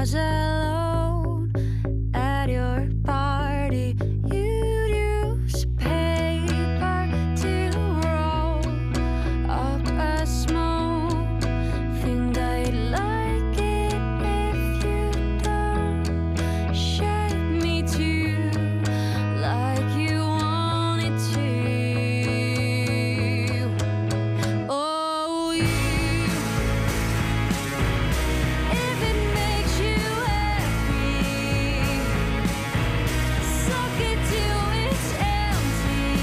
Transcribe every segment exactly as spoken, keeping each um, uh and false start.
was alone at your party. You'd use paper to roll up a smoke. Think I'd like it if you don't shake me too, like you wanted to. Oh, you. If it makes you happy, suck it till it's empty.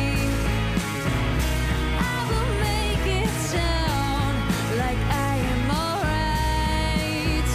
I will make it sound like I am alright.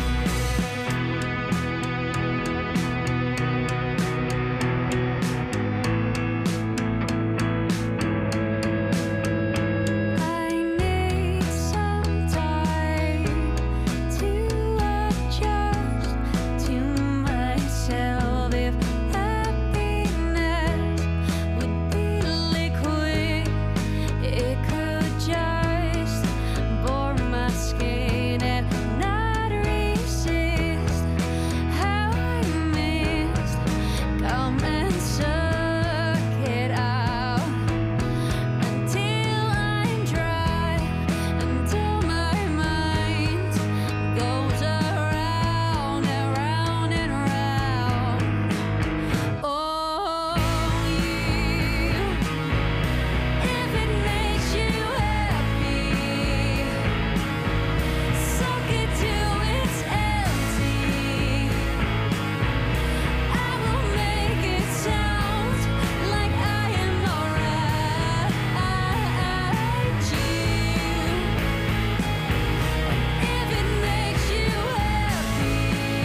I need some time to adjust to myself. If happiness would be liquid, it could just bore my skin and not resist how I missed. Come and suck it out until I'm dry, until my mind goes around and round and round. Oh, you. If it makes you happy, suck it till it's empty. I will make it sound like I am alright. You. If it makes you happy,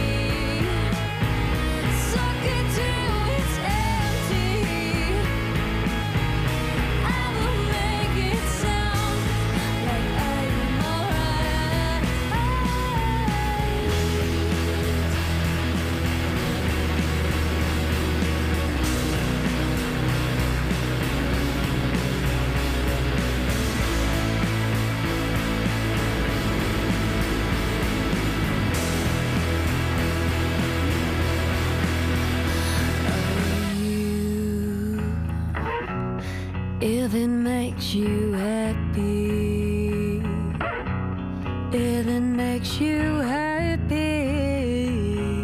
suck it till it's empty. I will make it sound like I am alright. If it makes you happy, if it makes you happy,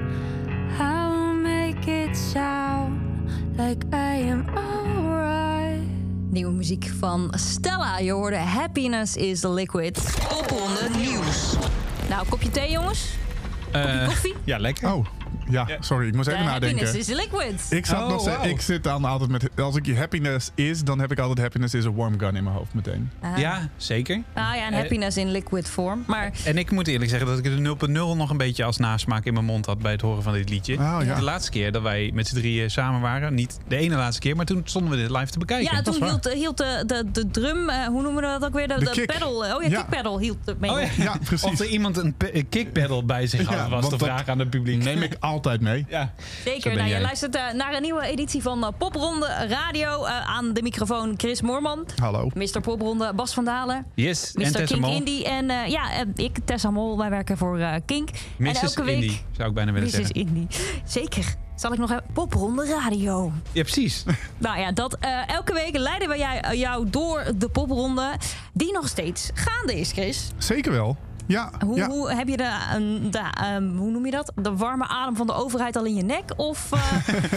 I will make it sound like I am alright. Nieuwe muziek van Stella. Je hoorde Happiness is the Liquid. Popronde nieuws. Nou, kopje thee, jongens? Kopje Eh, koffie? Ja, lekker. Oh, ja, sorry, ik moest De even nadenken. Happiness is the Liquid. Ik, zat Oh, nog steeds, wauw. ik zit dan altijd met... Als ik happiness is, dan heb ik altijd happiness is a warm gun in mijn hoofd meteen. Ah. Ja, zeker. Ah ja, en Eh, happiness in liquid vorm. Maar En ik moet eerlijk zeggen dat ik de nul punt nul nog een beetje als nasmaak in mijn mond had bij het horen van dit liedje. Oh, ja. De laatste keer dat wij met z'n drieën samen waren, niet de ene laatste keer, maar toen stonden we dit live te bekijken. ja, is toen waar. hield, hield de, de, de drum, eh, hoe noemen we dat ook weer? De, De de kick. pedal. Oh ja, Ja. kick pedal hield het mee. Oh, ja. Ja, precies. Of er iemand een, pe- een kickpedal bij zich had, Ja, was want de dat vraag aan het publiek. Neem ik altijd mee. Ja. Zo Zeker. ben Nou, je jij. luistert eh, naar een nieuwe editie van uh, Popronde Radio. Uh, aan de microfoon Chris Moorman. Hallo. mister Popronde Bas van Dalen. Yes, en mister Tessa Kink Mol. Indie. En uh, ja, uh, ik, Tessa Mol. Wij werken voor uh, Kink. missus En elke week... Indie, zou ik bijna willen missus zeggen. Indie. Zeker. Zal ik nog even... Popronde Radio. Ja, precies. Nou ja, dat, uh, elke week leiden we jij, uh, jou door de popronde. Die nog steeds gaande is, Chris. Zeker wel. Ja, Hoe, ja. hoe heb je de, um, de um, hoe noem je dat? De warme adem van de overheid al in je nek? Of uh,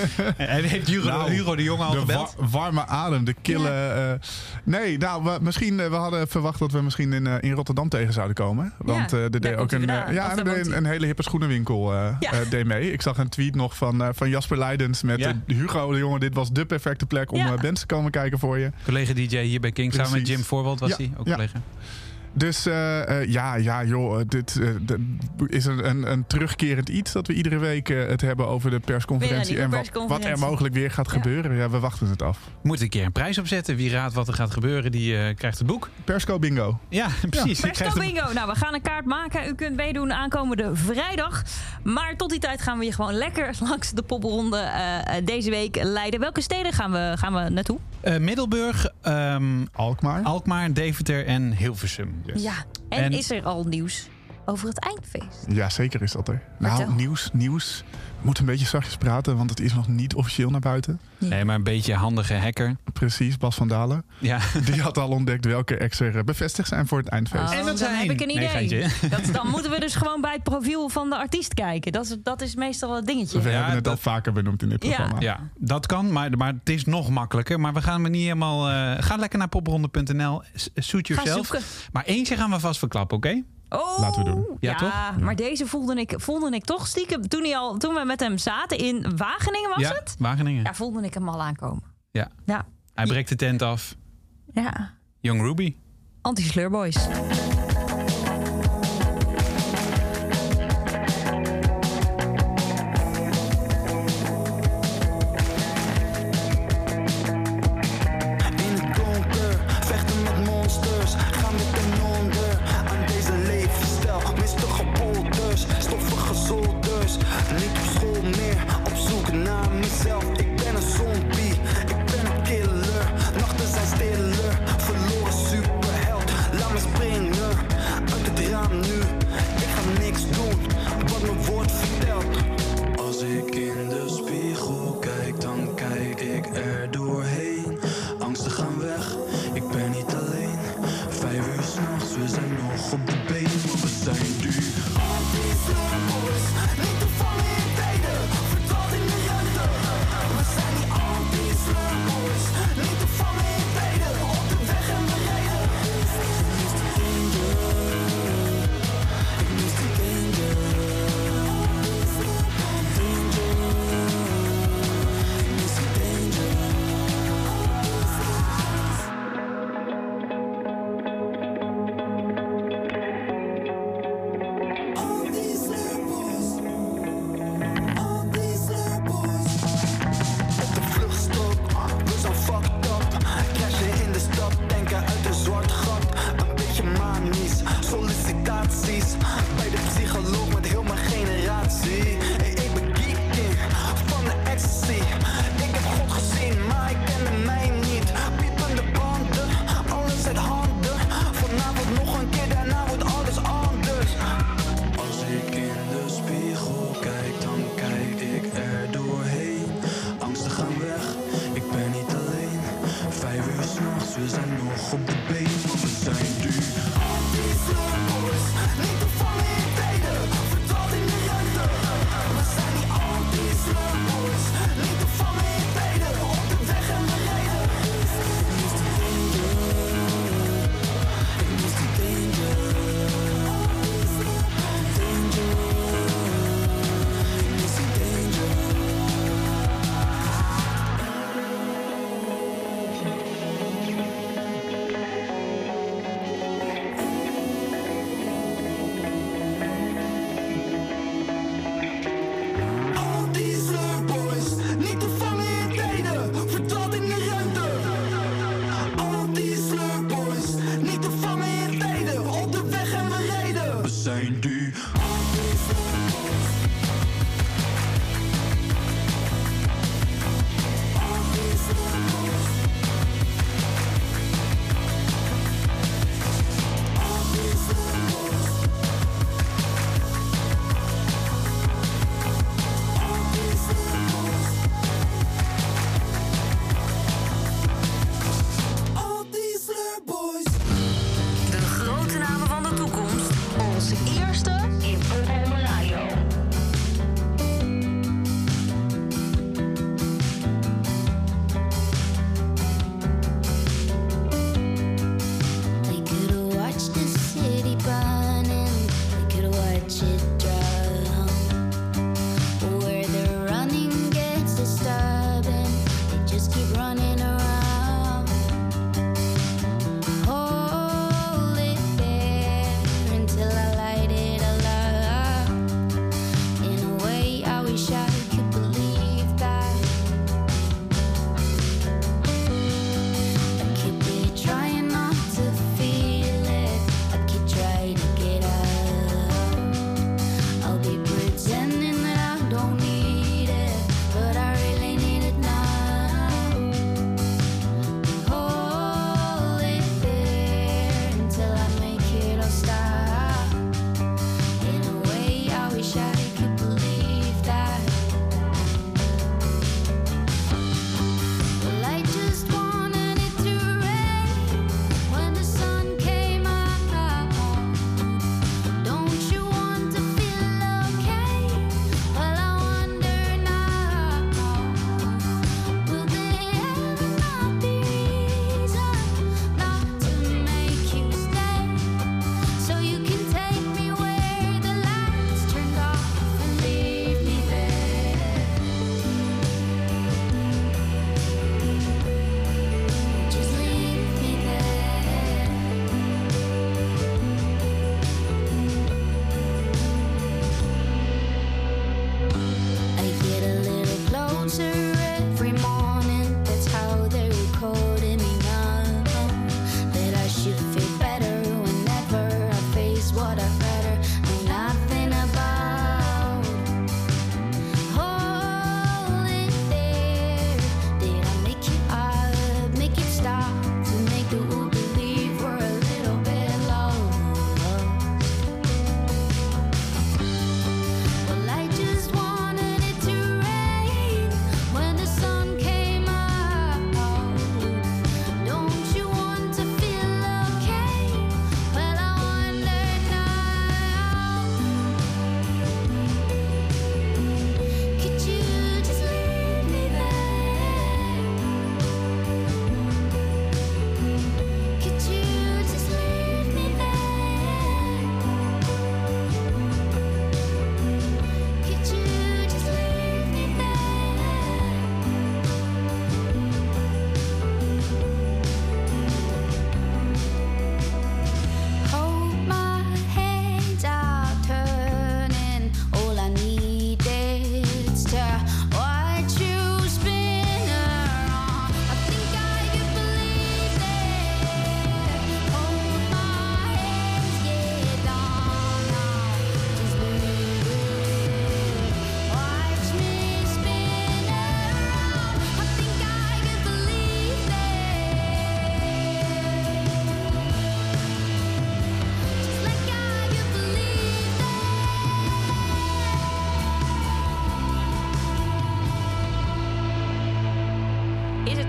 En heeft Hugo, Nou, Hugo de Jonge al de gebeld? wa- warme adem, de kille... eh, nee, nou, we, misschien, eh, we hadden verwacht dat we misschien in, eh, in Rotterdam tegen zouden komen. Want Ja, eh, er daar deed komt ook hij een, vandaan. eh, ja, Of er daar deed woont een, hij. een hele hippe schoenenwinkel eh, Ja. eh, deed mee. Ik zag een tweet nog van, eh, van Jasper Leidens met Ja. eh, Hugo de Jonge. Dit was de perfecte plek om Ja. eh, bands te komen kijken voor je. Collega D J hier bij King, samen met Precies. Jim Voorwald was Ja, hij, ook ja. collega. Dus eh, eh, ja, ja, joh, dit eh, d- is een, een, een terugkerend iets dat we iedere week eh, het hebben over de persconferentie. Weer een En nieuwe wat, wat er persconferentie. mogelijk weer gaat Ja. gebeuren. Ja, we wachten het af. Moet een keer een prijs opzetten. Wie raadt wat er gaat gebeuren, die eh, krijgt het boek. Persco bingo. Ja, precies. Je Persco krijgt een- Bingo. Nou, we gaan een kaart maken. U kunt meedoen aankomende vrijdag. Maar tot die tijd gaan we je gewoon lekker langs de popronde uh, deze week leiden. Welke steden gaan we, gaan we naartoe? Eh, Middelburg, ehm, Alkmaar. Alkmaar, Deventer en Hilversum. Yes. Ja. En, En- is er al nieuws? over het eindfeest. Ja, zeker is dat er. Nou, Vertel. nieuws, nieuws. We moeten een beetje zachtjes praten, want het is nog niet officieel naar buiten. Nee, maar een beetje handige hacker. Precies, Bas van Dalen. Ja. Die had al ontdekt welke acts er bevestigd zijn voor het eindfeest. Oh, En wat dan zijn? heb ik een Nee, idee. geintje. dat, dan moeten we dus gewoon bij het profiel van de artiest kijken. Dat is, dat is meestal het dingetje. We Ja, hebben het dat- al vaker benoemd in dit Ja. programma. Ja, dat kan, maar, maar het is nog makkelijker. Maar we gaan er niet helemaal... Uh, ga lekker naar popronde punt n l. Suit Ga yourself. zoeken. Maar eentje gaan we vast verklappen, oké? Oh, Laten we doen. Ja, Ja, toch? maar deze voelde ik, voelde ik toch stiekem... Toen, hij al, toen we met hem zaten in Wageningen, was Ja, het? Wageningen. Ja, voelde ik hem al aankomen. Ja. Ja, Hij breekt de tent af. ja. Young Ruby. Anti-Sleurboys. In het donker, vechten met monsters, gaan met ten onder. Aan deze levensstijl, mistige polders, stoffige zolders. Niet op school meer, op zoek naar mezelf. Ik ben een zombie, ik ben een killer. Nachten zijn stiller, verloren superheld. Laat me springen,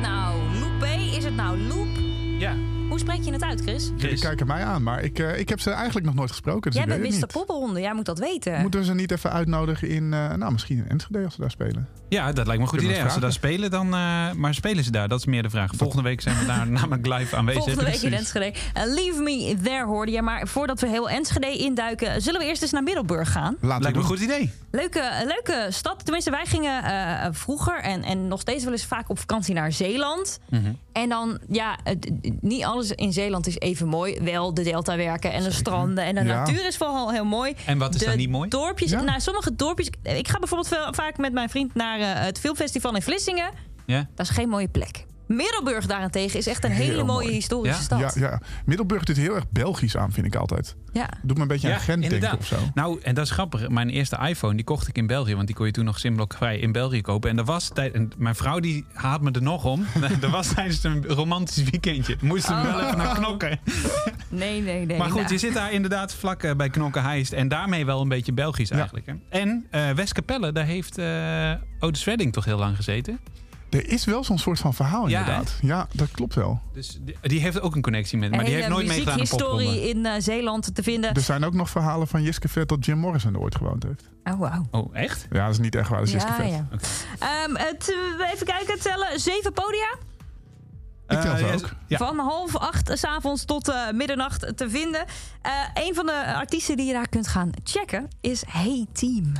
het nou Loopé? Is het nou Loop? Ja. Hoe spreek je het uit, Chris? Jullie kijken mij aan, maar ik, uh, ik heb ze eigenlijk nog nooit gesproken. Dus Jij ik bent weet het mister niet. Popperonde, jij moet dat weten. Moeten we ze niet even uitnodigen in, uh, nou misschien in Enschede als ze daar spelen? Ja, dat lijkt me een goed Kunnen we idee. Als ze daar vragen? spelen, dan... Uh, maar spelen ze daar? Dat is meer de vraag. Volgende week zijn we daar namelijk live aanwezig. Volgende week in Precies. Enschede. Uh, leave me there, hoorde je. Maar voordat we heel Enschede induiken, zullen we eerst eens naar Middelburg gaan? Laten Lijkt me we een goed idee. Leuke, leuke stad. Tenminste, wij gingen uh, vroeger en, en nog steeds wel eens vaak op vakantie naar Zeeland. Mm-hmm. En dan, ja, het, niet alles in Zeeland is even mooi. Wel de deltawerken en de stranden. En de Ja. natuur is vooral heel mooi. En wat is de dan niet mooi? Dorpjes, Ja. nou, sommige dorpjes. Ik ga bijvoorbeeld veel, vaak met mijn vriend naar uh, het filmfestival in Vlissingen. Ja? Dat is geen mooie plek. Middelburg daarentegen is echt een Heel hele mooie mooi. historische Ja? stad. Ja, ja. Middelburg doet heel erg Belgisch aan, vind ik altijd. Ja. Doet me een beetje Ja, aan Gent denken inderdaad. of zo. Nou, en dat is grappig. Mijn eerste iPhone, die kocht ik in België. Want die kon je toen nog simblokvrij in België kopen. En er was tijd, en mijn vrouw die haat me er nog om. Er was tijdens een romantisch weekendje. Moesten we Oh. wel even naar Knokken. Nee, nee, nee. Maar goed, Nou, je zit daar inderdaad vlak uh, bij Knokke-Heist. En daarmee wel een beetje Belgisch Ja. eigenlijk. Hè? En uh, Westkapelle, daar heeft uh, Otis Redding toch heel lang gezeten. Er is wel zo'n soort van verhaal Ja, inderdaad. Ja, dat klopt wel. Dus die, die heeft ook een connectie met. een Maar die heeft hele nooit meegedaan aan popronde. muziekhistorie in uh, Zeeland te vinden. Er zijn ook nog verhalen van Jiske Vet dat Jim Morrison er ooit gewoond heeft. Oh, wauw. Oh, echt? Ja, dat is niet echt waar, dat is Jiske Ja, Vet. ja. Um, het, uh, even kijken, tellen. Zeven podia. Ik tel ze Uh, ook. Ja. Van half acht 's avonds tot uh, middernacht te vinden. Uh, een van de artiesten die je daar kunt gaan checken is Hey Team.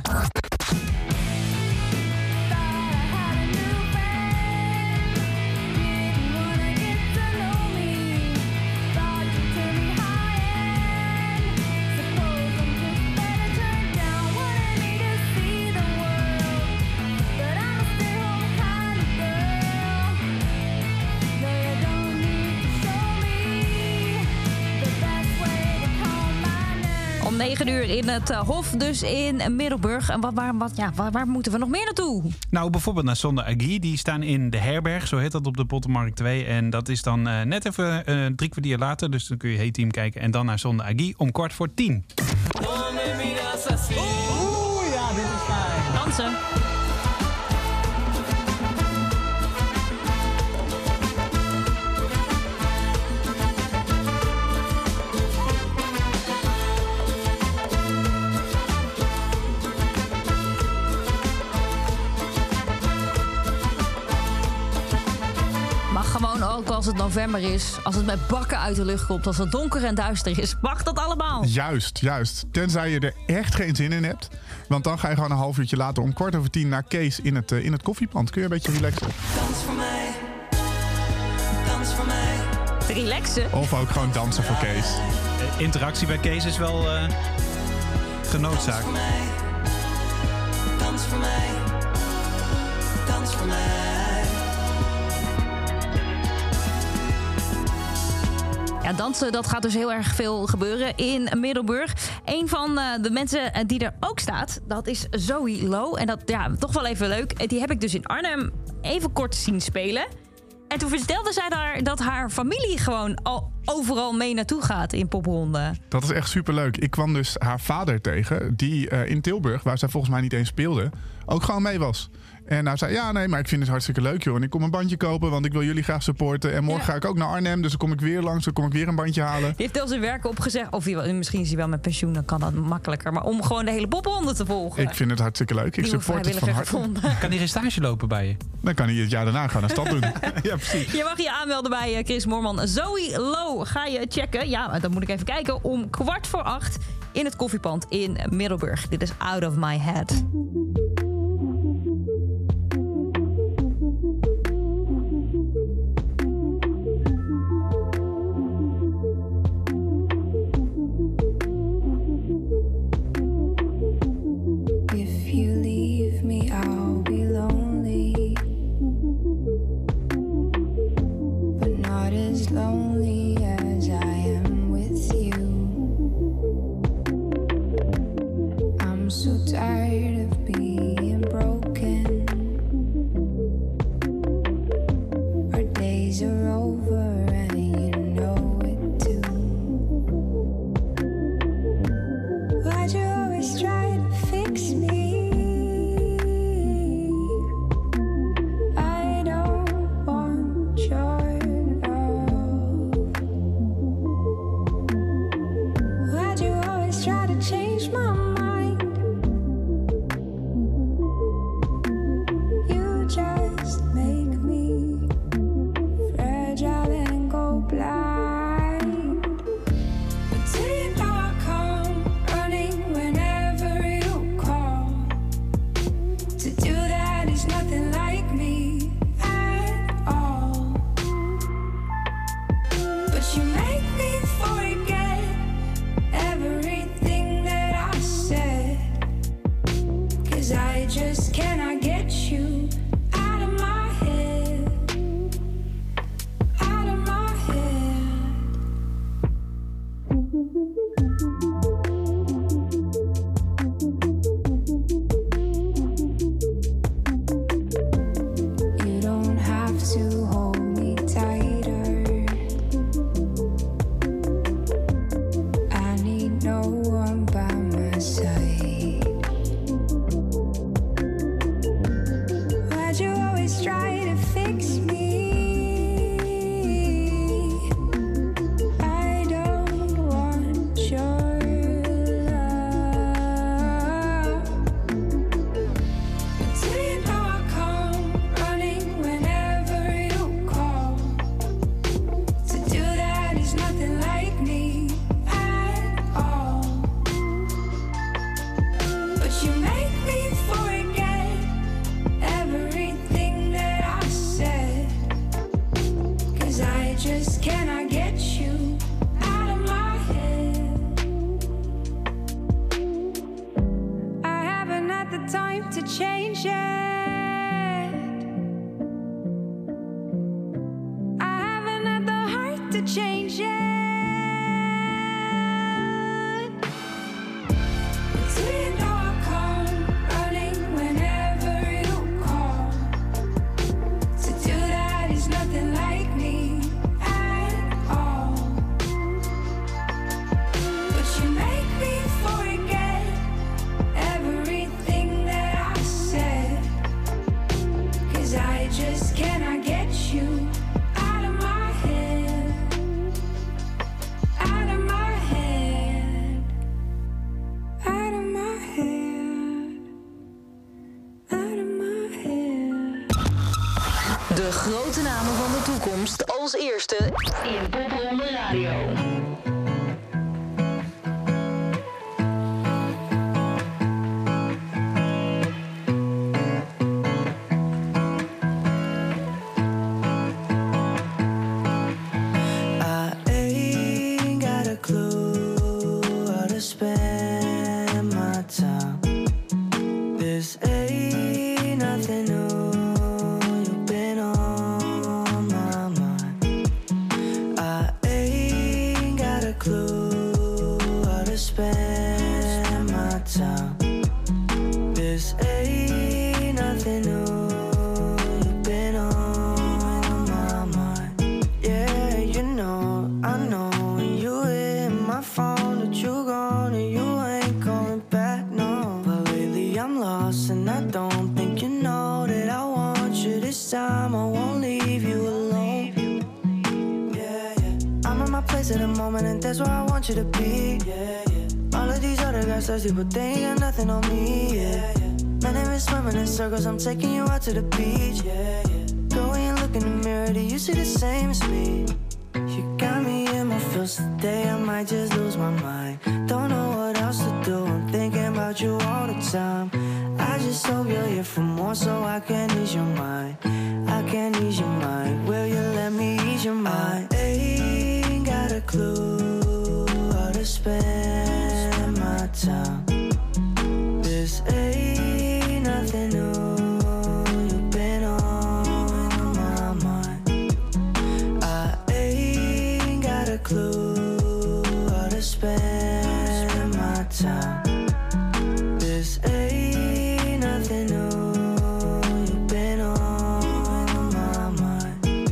Om negen uur in het uh, Hof, dus in Middelburg. En wat, waar, wat, ja, waar, waar moeten we nog meer naartoe? Nou, bijvoorbeeld naar Sonde Agui. Die staan in de herberg, zo heet dat op de Pottenmarkt twee. En dat is dan uh, net even uh, drie kwartier later. Dus dan kun je Hey Team kijken. En dan naar Sonde Agui om kwart voor tien. Dansen. Mag gewoon ook als het november is. Als het met bakken uit de lucht komt. Als het donker en duister is. Mag dat allemaal. Juist, juist. Tenzij je er echt geen zin in hebt. Want dan ga je gewoon een half uurtje later om kwart over tien naar Kees in het, uh, in het koffiepand. Kun je een beetje relaxen. Dans voor mij, dans voor mij. Te relaxen. Of ook gewoon dansen voor Kees. Uh, interactie bij Kees is wel uh, genoodzaakt. Dans voor mij, dans voor mij, dans voor mij. Ja, dansen, dat gaat dus heel erg veel gebeuren in Middelburg. Een van uh, de mensen uh, die er ook staat, dat is Zoe Low. En dat, ja, toch wel even leuk. Die heb ik dus in Arnhem even kort zien spelen. En toen vertelde zij daar dat haar familie gewoon al overal mee naartoe gaat in popronde. Dat is echt superleuk. Ik kwam dus haar vader tegen, die uh, in Tilburg, waar zij volgens mij niet eens speelde, ook gewoon mee was. En hij zei, ja nee, maar ik vind het hartstikke leuk joh. En ik kom een bandje kopen, want ik wil jullie graag supporten. En morgen Ja. ga ik ook naar Arnhem, dus dan kom ik weer langs. Dan kom ik weer een bandje halen. Die heeft al zijn werk opgezegd. Of hij, misschien is hij wel met pensioen, dan kan dat makkelijker. Maar om gewoon de hele popronde te volgen. Ik vind het hartstikke leuk. Ik Nieuwe support het van vrijwilliger harte. gevonden. Kan die geen stage lopen bij je? Dan kan hij het jaar daarna gaan naar stad doen. Ja, precies. Je mag je aanmelden bij uh, Chris Moorman. Zoe Low ga je checken. Ja, dan moet ik even kijken. Om kwart voor acht in het koffiepand in Middelburg. Dit is Out of My Head. If you leave me, I'll be lonely, but not as lonely as I am with you. I'm so tired of being broken. Our days are over and you know it too. Why'd you always try to fix me? I don't want just cannot get you out of my head, out of my head. You don't have to hold me tighter. I need no one by my side. Why'd you always try to fix me? I don't want your love. But do you know I come running whenever you call? To do that is nothing like me at all. But you make me forget everything that I said, 'cause I just cannot get you out of my head. I haven't had the time to change it. I haven't had the heart to change it. Do you know I come running whenever you call? To do that is nothing like me at all. But you make me forget everything that I said, 'cause I just cannot get you out of my head, out of my head, out of my head, out of my head. De grote namen van de toekomst als eerste in Popronde Radio. I ain't got a clue how to spend my time. This ain't nothing new. You've been on my mind. I ain't got a clue how to spend my time. This ain't nothing new. You've been on my mind. Yeah, you know, I know when you hit my phone that you gone and you ain't coming back, no. But lately I'm lost and I don't think you know that I want you this time. I won't leave you alone. Yeah, yeah. I'm in my place at the moment and that's where I want you to be. Yeah, yeah. All of these other guys thirsty, but they ain't got nothing on me. Yeah, yeah. My name is swimming in circles, I'm taking you out to the beach. Yeah, yeah. Girl, when you look in the mirror, do you see the same as me? You got me in my feels today, I might just lose my mind. Don't know what else to do, I'm thinking about you all the time. I just hope you're here for more so I can ease your mind. I can ease your mind, will you let me ease your mind? I ain't got a clue how to spend my time. This ain't nothing new. You've been on my mind. I ain't got a clue how to spend my time. This ain't nothing new. You've been on my mind.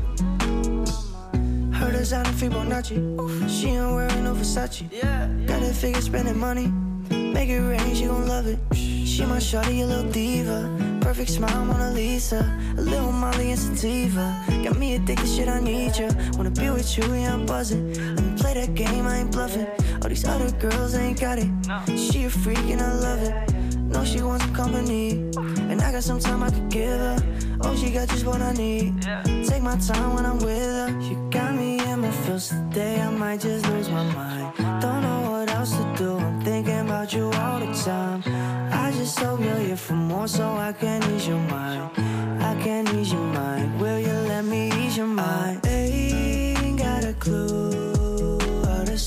Heard it's out in Fibonacci. She ain't wearing no Versace. Got that figure spending money. Make it rain, she gon' love it. She my shawty, a little diva. Perfect smile, Mona Lisa. A little Molly and sativa. Got me addicted, shit, I need ya. Wanna be with you, yeah, I'm buzzing. Let me play that game, I ain't bluffing. All these other girls ain't got it. She a freak and I love it. Know she wants some company, and I got some time I could give her. Oh, she got just what I need. Take my time when I'm with her. You got me in my feels today, I might just lose my mind. Don't know what else to do, I'm thinking about you all the time. I just hope you're here for more so I can ease your mind. I can ease your mind, will you let me ease your mind? I ain't got a clue how to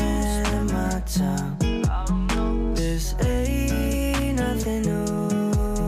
spend my time. This ain't nothing new.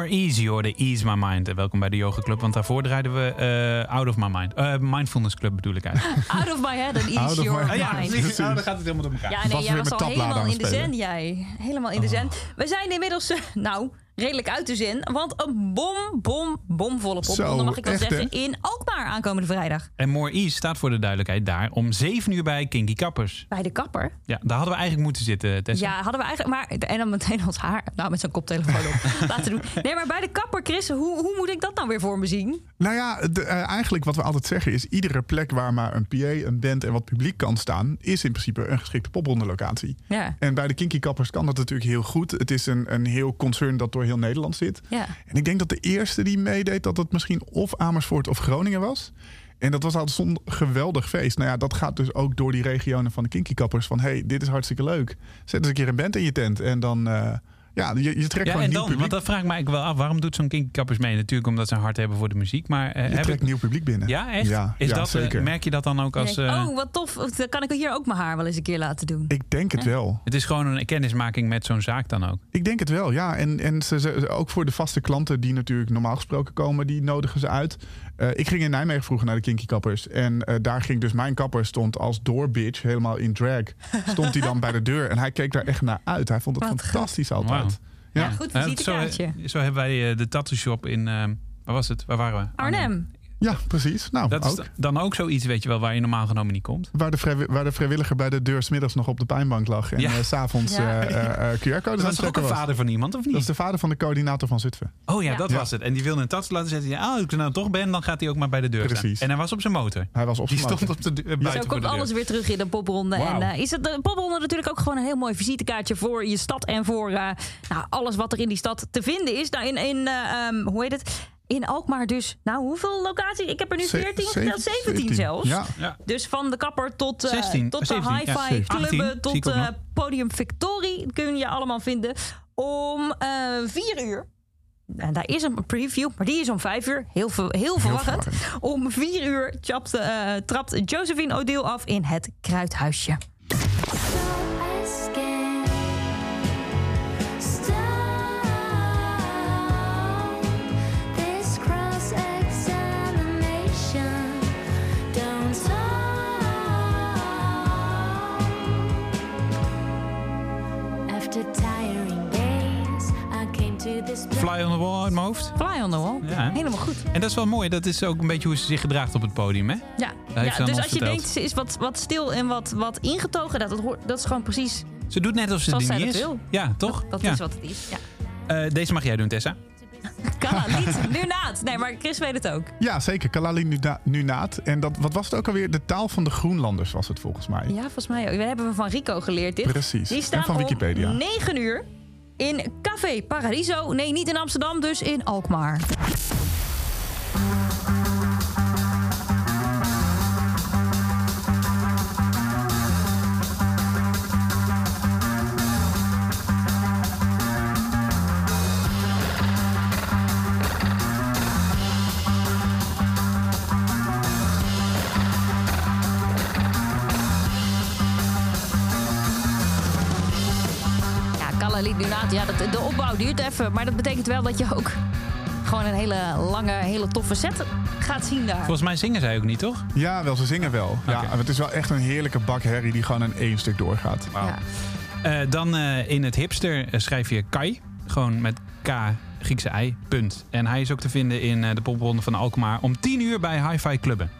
More Easy, hoor, de Ease My Mind. En welkom bij de Yoga Club, want daarvoor draaiden we uh, Out of My Mind. Uh, Mindfulness Club bedoel ik eigenlijk. Out of my head and Out ease of your my- mind. Ja, precies. Oh, dan gaat het helemaal door elkaar. Ja, Was nee, jij weer was met al tabbladen helemaal aan in de het zen, spelen. jij. Helemaal in de zen. We zijn inmiddels, uh, nou, redelijk uit de zen. Want een bom, bom, bomvolle popronde, Zo, mag ik wel echt, zeggen, hè? in Alkmaar aankomende vrijdag. En More Ease staat voor de duidelijkheid daar om zeven uur bij Kinky Kappers. Bij de kapper. Ja, daar hadden we eigenlijk moeten zitten, Tessa. Ja, hadden we eigenlijk. Maar, en dan meteen ons haar. Nou, met zo'n koptelefoon op. Laten doen. Nee, maar bij de kapper, Chris, hoe, hoe moet ik dat nou weer voor me zien? Nou ja, de, uh, eigenlijk wat we altijd zeggen is... iedere plek waar maar een P A, een band en wat publiek kan staan... is in principe een geschikte poprondelocatie. Ja. En bij de Kinky Kappers kan dat natuurlijk heel goed. Het is een, een heel concern dat door heel Nederland zit. Ja. En ik denk dat de eerste die meedeed... dat het misschien of Amersfoort of Groningen was... En dat was altijd zo'n geweldig feest. Nou ja, dat gaat dus ook door die regionen van de Kinky Kappers. Van, hey, dit is hartstikke leuk. Zet eens een keer een band in je tent. En dan, uh, ja, je, je trekt Ja, gewoon en nieuw dan, publiek. want dat vraag ik me eigenlijk wel af. Waarom doet zo'n Kinky Kappers mee? Natuurlijk omdat ze een hart hebben voor de muziek. Maar uh, je heb trekt ik... nieuw publiek binnen. Ja, echt? Ja, is ja, dat, uh, zeker. merk je dat dan ook als... Denk, Uh... oh, wat tof. Dan kan ik hier ook mijn haar wel eens een keer laten doen. Ik denk het wel. Het is gewoon een kennismaking met zo'n zaak dan ook. Ik denk het wel, ja. En, en ze, ze, ook voor de vaste klanten die natuurlijk normaal gesproken komen... die nodigen ze uit. Uh, ik ging in Nijmegen vroeger naar de Kinky Kappers. En uh, daar ging dus mijn kapper stond als doorbitch, helemaal in drag. Stond hij dan bij de deur en hij keek daar echt naar uit. Hij vond het Wat fantastisch altijd. Wauw. Ja, Ja. goed, Uh, visitekaartje. zo, zo hebben wij uh, de tattoo shop in... Uh, waar was het? Waar waren we? Arnhem. Ja, precies. Nou, Dat is ook. dan ook zoiets, weet je wel, waar je normaal genomen niet komt. Waar de, vrijwi- waar de vrijwilliger bij de deur 's middags nog op de pijnbank lag. En Ja. uh, 's s'avonds Ja. uh, uh, uh, Q R-codes aan Dat het was toch ook checken een was. vader van iemand, of niet? Dat is de vader van de coördinator van Zutphen. Oh ja, Ja. dat Ja. was het. En die wilde een tattoo laten zetten. Ja, als ik er nou toch ben, dan gaat hij ook maar bij de deur Precies. staan. En hij was op zijn motor. Hij was op Die zijn stond motor. op de deur, Zo buiten voor komt de deur. alles weer terug in de popronde. Wauw. En uh, is het de popronde natuurlijk ook gewoon een heel mooi visitekaartje voor je stad en voor uh, nou, alles wat er in die stad te vinden is. Nou, in, in uh, um, hoe heet het? In Alkmaar dus. Nou, hoeveel locaties? Ik heb er nu Ze- veertien zeven- geteld, zeventien zelfs. Ja. Ja. Dus van de kapper tot, uh, zestien, tot de zeventien, ja, hi-fi zeventien. clubben, achttien, zie ik tot ook uh, nog. Podium Victorie kun je allemaal vinden om uh, vier uur. En daar is een preview, maar die is om vijf uur. Heel, ver, heel verwarrend. verwarrend. Om vier uur chapt, uh, trapt Josephine Odile af in het Kruidhuisje. Fly on the wall uit mijn hoofd. Fly on the wall. Ja. Helemaal goed. En dat is wel mooi. Dat is ook een beetje hoe ze zich gedraagt op het podium, hè? Ja, heeft ja ze aan dus ons als je verteld. denkt, ze is wat, wat stil en wat, wat ingetogen. Dat, dat, hoort, dat is gewoon precies Ze doet net alsof ze zoals er zij niet dat is. wil. Ja, toch? Dat, dat ja. is wat het is. Ja. Uh, deze mag jij doen, Tessa. Kan niet. Nu naad. Nee, maar Chris weet het ook. Ja, zeker. Kalali Nuna- Nunaat. En dat, wat was het ook alweer? De taal van de Groenlanders was het volgens mij. Ja, volgens mij ook. We hebben van Rico geleerd dit. Precies. Die En staan van Wikipedia. om negen uur in Café Paradiso. Nee, niet in Amsterdam, dus in Alkmaar. Inderdaad, ja, dat, de opbouw duurt even. Maar dat betekent wel dat je ook gewoon een hele lange, hele toffe set gaat zien daar. Volgens mij zingen zij ook niet, toch? Ja, wel, ze zingen wel. Ja, Oké. het is wel echt een heerlijke bak herrie die gewoon in één stuk doorgaat. Ja. Uh, dan uh, in het hipster uh, schrijf je Kai. Gewoon met K, Griekse I, punt. En hij is ook te vinden in uh, de popronde van Alkmaar om tien uur bij Hi-Fi Clubben.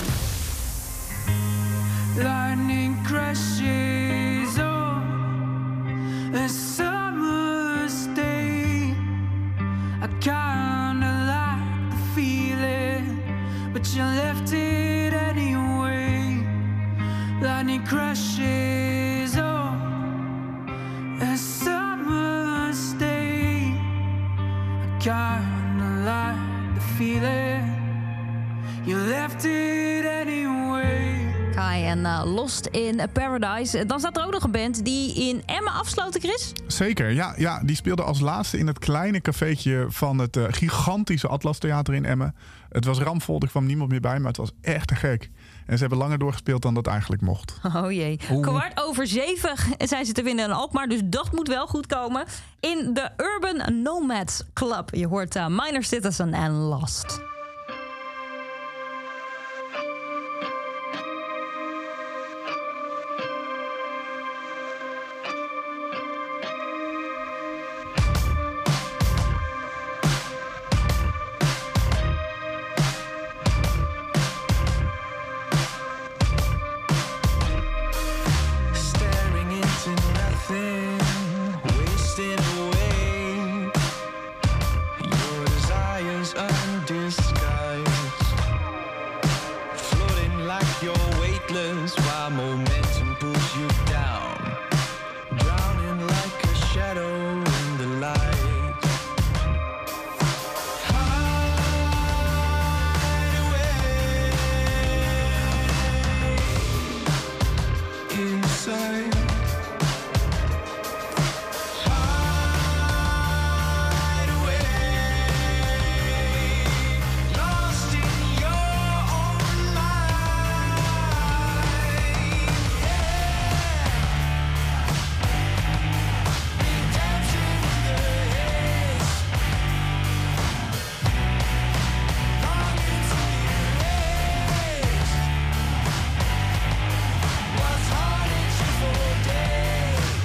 Lightning crashes on a summer's day. I kinda like the feeling, but you left it anyway. Lightning crashes on a summer's day. I kinda like the feeling, you left it anyway. Kai en uh, Lost in Paradise. Dan staat er ook nog een band die in Emmen afsloten, Chris. Zeker, ja, ja. Die speelde als laatste in het kleine cafeetje van het uh, gigantische Atlas Theater in Emmen. Het was ramvol, er kwam niemand meer bij, maar het was echt te gek. En ze hebben langer doorgespeeld dan dat eigenlijk mocht. Oh jee. Oeh. Kwart over zeven zijn ze te vinden in Alkmaar, dus dat moet wel goed komen. In de Urban Nomads Club. Je hoort uh, Minor Citizen en Lost. Staring into nothing, wasting away your desires undisguised, floating like you're weightless while momentum pulls you down, drowning like a shadow in the light. Hide away inside. Hide away, lost in your own mind. Redemption in the haze, longing to erase what's haunted you for days.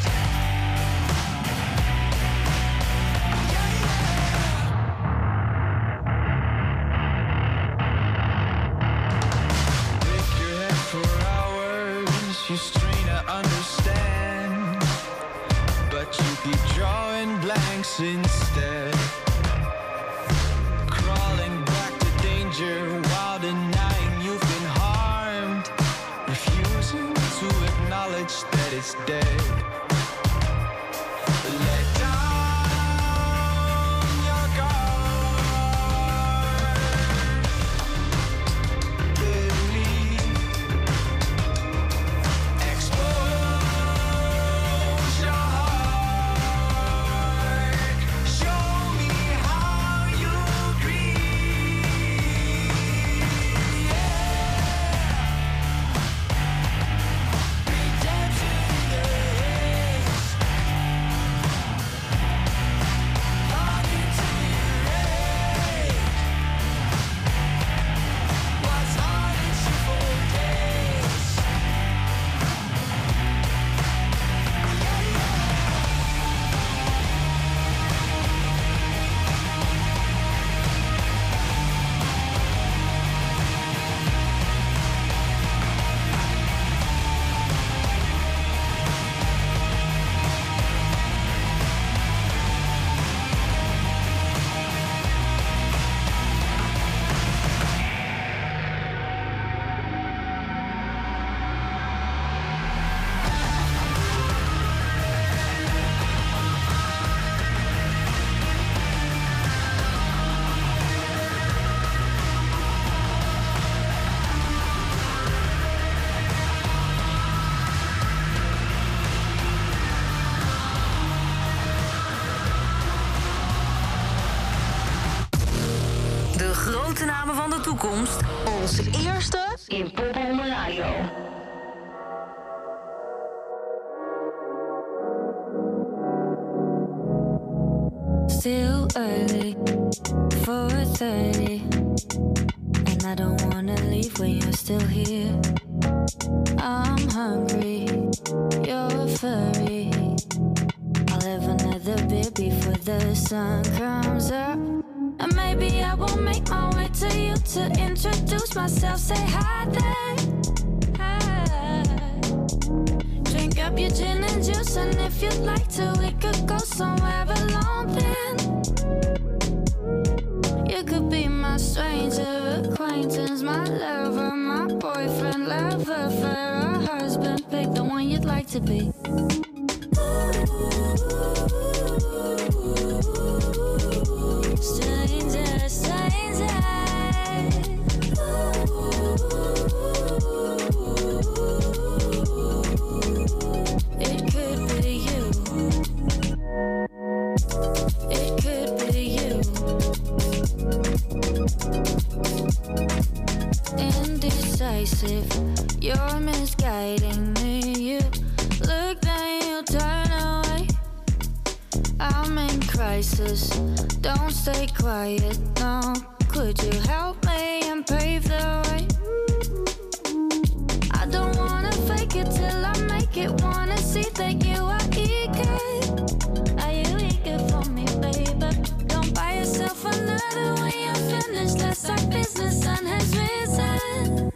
Break your head for hours, you strain to understand, but you keep drawing blanks instead. Crawling back to danger while denying you've been harmed, refusing to acknowledge that it's dead. Let down your guard. Believe. Expose your heart. Show me how you grieve. Redemption in the haze, longing to erase what's haunted you for days. De grote namen van de toekomst. Onze eerste in Pop Home Radio. Still early, four thirty, and I don't wanna leave when you're still here. I'm hungry, you're furry. I'll have another beer before the sun comes up. And maybe I will make my way to you to introduce myself. Say hi there. Hi. Drink up your gin and juice, and if you'd like to, we could go somewhere alone then. You could be my stranger acquaintance, my lover, my boyfriend, lover, for a husband. Pick the one you'd like to be. Stranger, stranger. It could be you. It could be you. Indecisive, devices. Don't stay quiet, no. Could you help me and pave the way? I don't wanna fake it till I make it. Wanna see that you are eager. Are you eager for me, baby? Don't buy yourself another when you're finished. That's our business, sun has risen.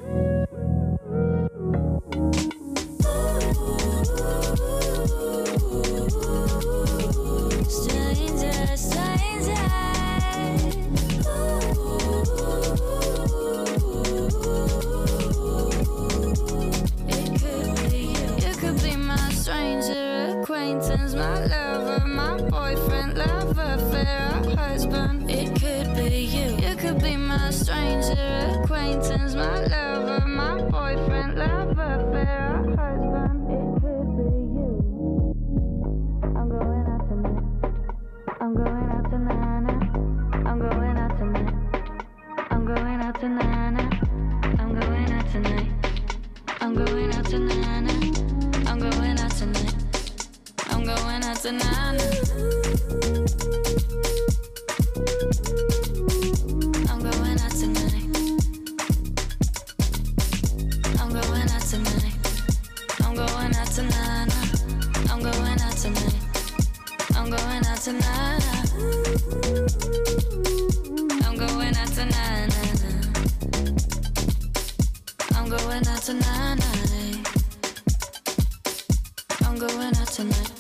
Stranger, stranger. It could be you. You could be my stranger acquaintance, my lover, my boyfriend, lover, fair husband. It could be you. You could be my stranger acquaintance, my lover, my boyfriend, lover, fair husband. It could be you. I'm going out tonight. I'm going out tonight. I'm going out tonight. I'm going out tonight. I'm going out tonight. I'm going out tonight. I'm going out tonight. I'm going out tonight. I'm going out tonight. I'm going out tonight. I'm going out tonight. I'm going out tonight. I'm going out tonight. I'm going out tonight. I'm going out tonight. I'm going out tonight.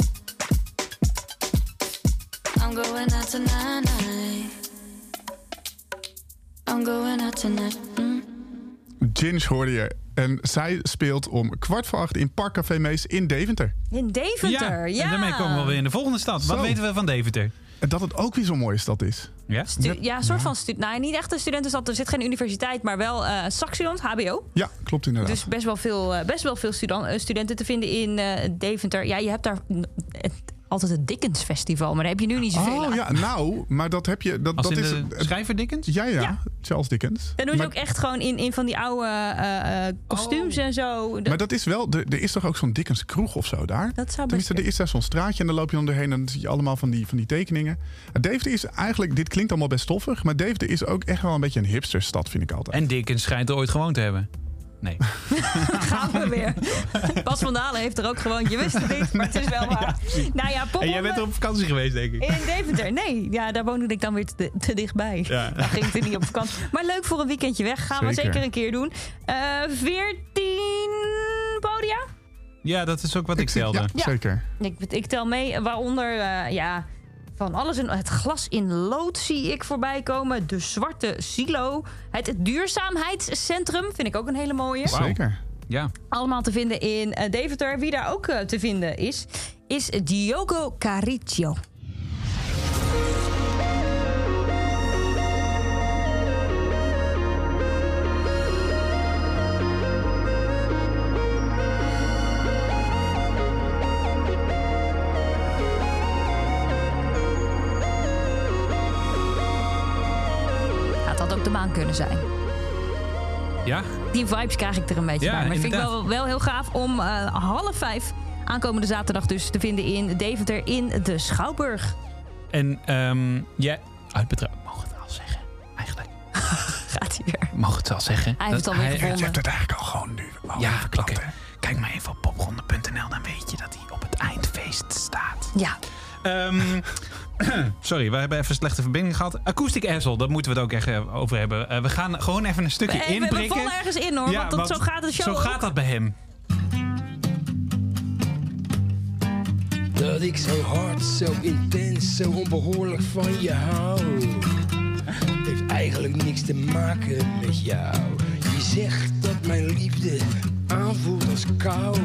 I'm going out tonight. I'm going out tonight. Mm. Ginge hoorde je. En zij speelt om kwart voor acht in Parkcafé Mees in Deventer. In Deventer, ja. En daarmee komen we alweer in de volgende stad. Wat Zo. weten we van Deventer? En dat het ook weer zo'n mooie stad is. Ja? Stu- ja, een soort van... Stu- nou, niet echt een studentenstad. Er zit geen universiteit, maar wel uh, Saxion, H B O. Ja, klopt inderdaad. Dus best wel veel, uh, best wel veel studan- uh, studenten te vinden in uh, Deventer. Ja, je hebt daar uh, altijd het Dickens Festival, maar daar heb je nu niet zoveel Oh aan. ja, nou, maar dat heb je... Dat, Als dat in is, de schrijver Dickens? Ja, ja, Ja. Charles Dickens. Dan doen ze Maar- ook echt gewoon in, in van die oude uh, uh, kostuums Oh. en zo. Dat, Maar dat is wel, er, er is toch ook zo'n Dickens kroeg of zo daar? dat zou best Tenminste, er is daar zo'n straatje en dan loop je dan doorheen en dan zie je allemaal van die, van die tekeningen. Deventer is eigenlijk, dit klinkt allemaal best stoffig, maar Deventer is ook echt wel een beetje een hipsterstad, vind ik altijd. En Dickens schijnt er ooit gewoond te hebben. Nee. gaan we weer. Bas van Dalen heeft er ook gewoon, je wist het niet, maar het is wel waar. Nou ja, pop En jij bent er op vakantie geweest, denk ik. in Deventer. Nee, ja, daar woonde ik dan weer te, te dichtbij. Ja. Daar ging ik er niet op vakantie. Maar leuk voor een weekendje weg. Gaan we Zeker. zeker een keer doen. Uh, veertien podia. Ja, dat is ook wat ik stelde. Ja, Ja. zeker. Ik, ik tel mee, waaronder uh, ja, van alles. In, het glas in lood zie ik voorbij komen. De zwarte silo. Het duurzaamheidscentrum vind ik ook een hele mooie. Wauw. Zeker. Ja. Allemaal te vinden in uh, Deventer. Wie daar ook uh, te vinden is, is Diogo Cariccio. Het had ook de maan kunnen zijn. Ja? Die vibes krijg ik er een beetje Ja, bij. Maar ik vind ik inderdaad. wel, wel heel gaaf om uh, half vijf aankomende zaterdag dus te vinden in Deventer in de Schouwburg. En um, ja, uit betrouwen. Mogen we het al zeggen? Eigenlijk. Gaat hij weer. Mogen we het al zeggen? Hij heeft het alweer hij- gevonden. Je hebt het eigenlijk al gewoon nu. Al Ja, verklapt, oké. hè? Kijk maar even op popronde punt n l, dan weet je dat hij op het eindfeest staat. Ja. Um, sorry, we hebben even een slechte verbinding gehad. Acoustic Asshole, daar moeten we het ook echt eh, over hebben. Uh, we gaan gewoon even een stukje We, we, we inprikken. vallen ergens in hoor, want, dat, zo gaat de show Zo ook. gaat dat bij hem. Dat ik zo hard, zo intens, zo onbehoorlijk van je hou. Heeft eigenlijk niks te maken met jou. Je zegt dat mijn liefde aanvoelt als kou.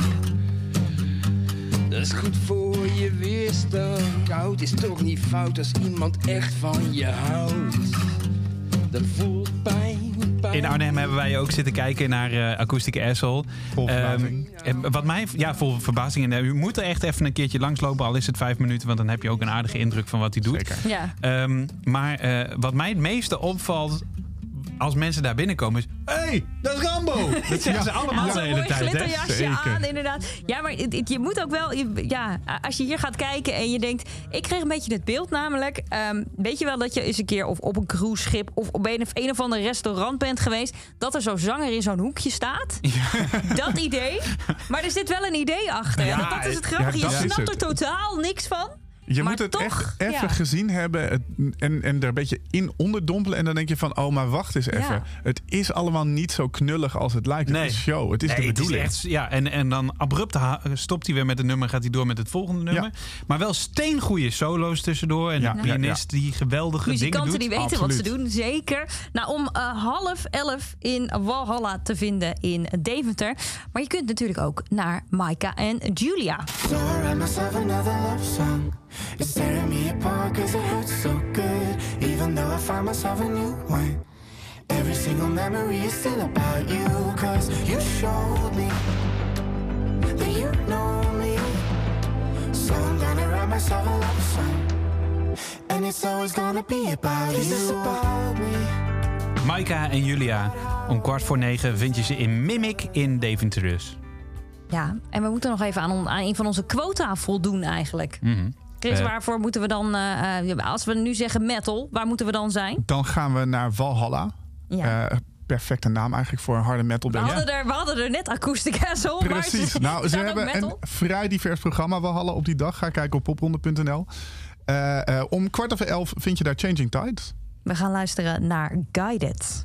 Dat is goed voor je weerstand. Koud is toch niet fout als iemand echt van je houdt. Dat voelt pijn, pijn. In Arnhem hebben wij ook zitten kijken naar uh, Acoustic Asshole. Vol verbazing. Um, en wat mij, ja, vol verbazing. En, uh, u moet er echt even een keertje langslopen, al is het vijf minuten. Want dan heb je ook een aardige indruk van wat hij doet. Zeker. Ja. Um, maar uh, wat mij het meeste opvalt als mensen daar binnenkomen is... Hé, hey, dat is Rambo! Dat zeggen ze allemaal Ja, de zo'n hele mooi tijd, hè? glitterjasje Zeker. aan, inderdaad. Ja, maar het- het- je moet ook wel... je- Ja, als je hier gaat kijken en je denkt... Ik kreeg een beetje het beeld namelijk... ehm, weet je wel dat je eens een keer of op een cruiseschip... of op een of, een of ander restaurant bent geweest... dat er zo'n zanger in zo'n hoekje staat? Dat idee. Maar er zit wel een idee achter. Ja, dat, dat is het grappige. ja, je dat is snapt het. er totaal niks van. Je Maar moet het toch, echt even ja. gezien hebben het, en, en er een beetje in onderdompelen. En dan denk je van, oh, maar wacht eens even. Ja. Het is allemaal niet zo knullig als het lijkt. Nee. Het is show, het is Nee, de het is bedoeling. echt, ja, en, en dan abrupt ha- stopt hij weer met een nummer, gaat hij door met het volgende nummer. Ja. Maar wel steengoeie solo's tussendoor. En Ja, de ja, pianist die geweldige Muzikanten dingen die doet. weten wat ze Absoluut. doen, zeker. Nou, om uh, half elf in Valhalla te vinden in Deventer. Maar je kunt natuurlijk ook naar Maika en Julia. So I write myself another love song. It's tearing me apart cause it hurts so good. Even though I find myself a new one. Every single memory is still about you. Cause you showed me that you know me. So I'm gonna write myself a love song. And it's always gonna be about you. It's about me. Maika en Julia. Om kwart voor negen vind je ze in Mimic in Deventer dus. Ja, en we moeten nog even aan, aan een van onze quota voldoen eigenlijk. Mhm. Chris, Eh. waarvoor moeten we dan... uh, uh, als we nu zeggen metal, waar moeten we dan zijn? Dan gaan we naar Valhalla. Ja. Eh, perfecte naam eigenlijk voor een harde metal we, band. hadden er, we hadden er net Acoustica zo. maar Precies. ze- Nou, ze staat ook hebben metal. een vrij divers programma Valhalla op die dag. Ga kijken op popronde punt n l. Uh, uh, om kwart over elf vind je daar Changing Tides. We gaan luisteren naar Guided.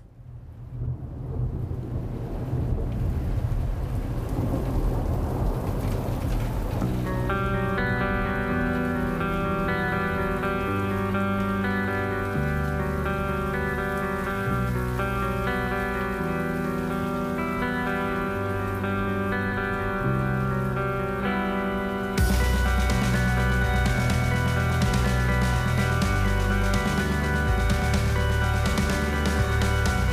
I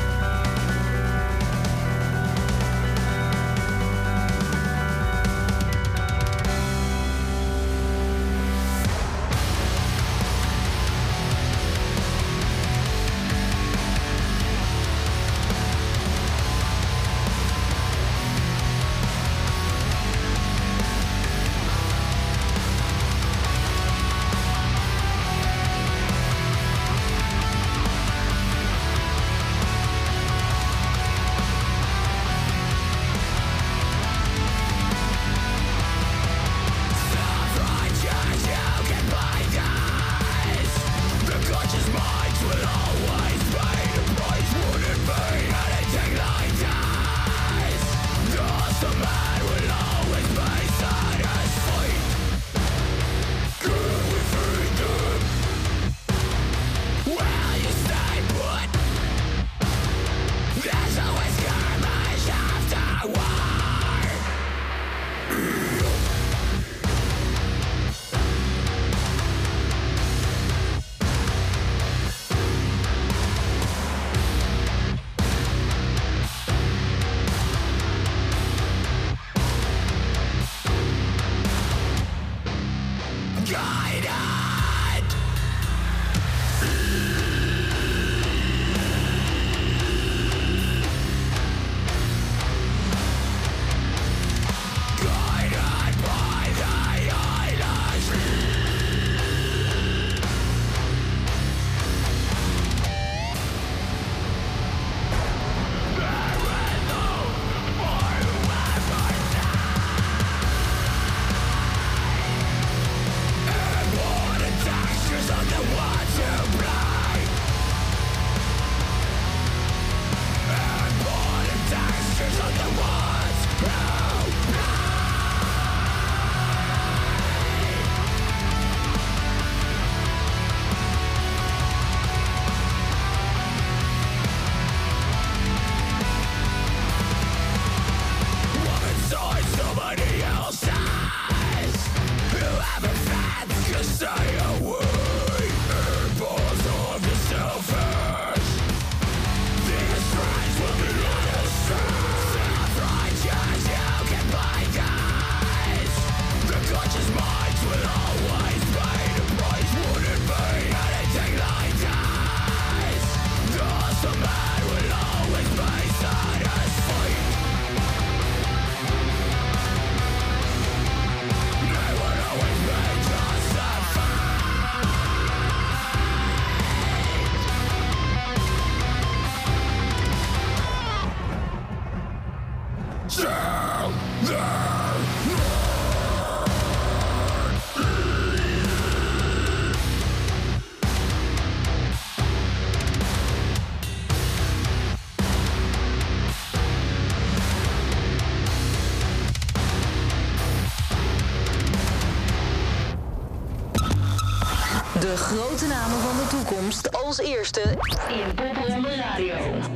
De grote namen van de toekomst als eerste in Popronde Radio.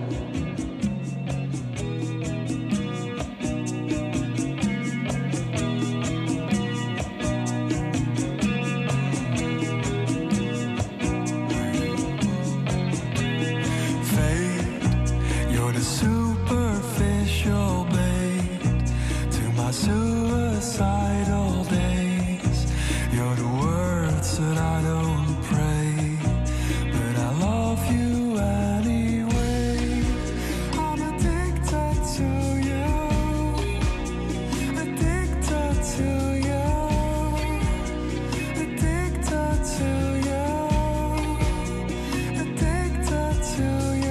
You're the superficial bait to my suicidal days. You're the words that I don't pray, but I love you anyway. I'm addicted to you, addicted to you, addicted to you, addicted to you.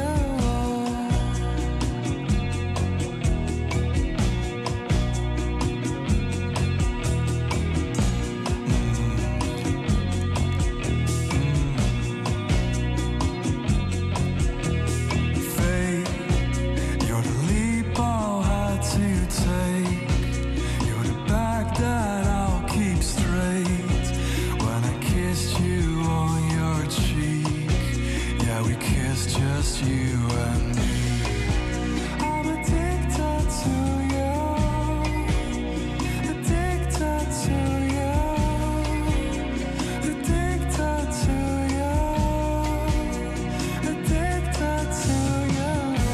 Just you and me. I'm addicted to you, addicted to you, addicted to you, addicted to you.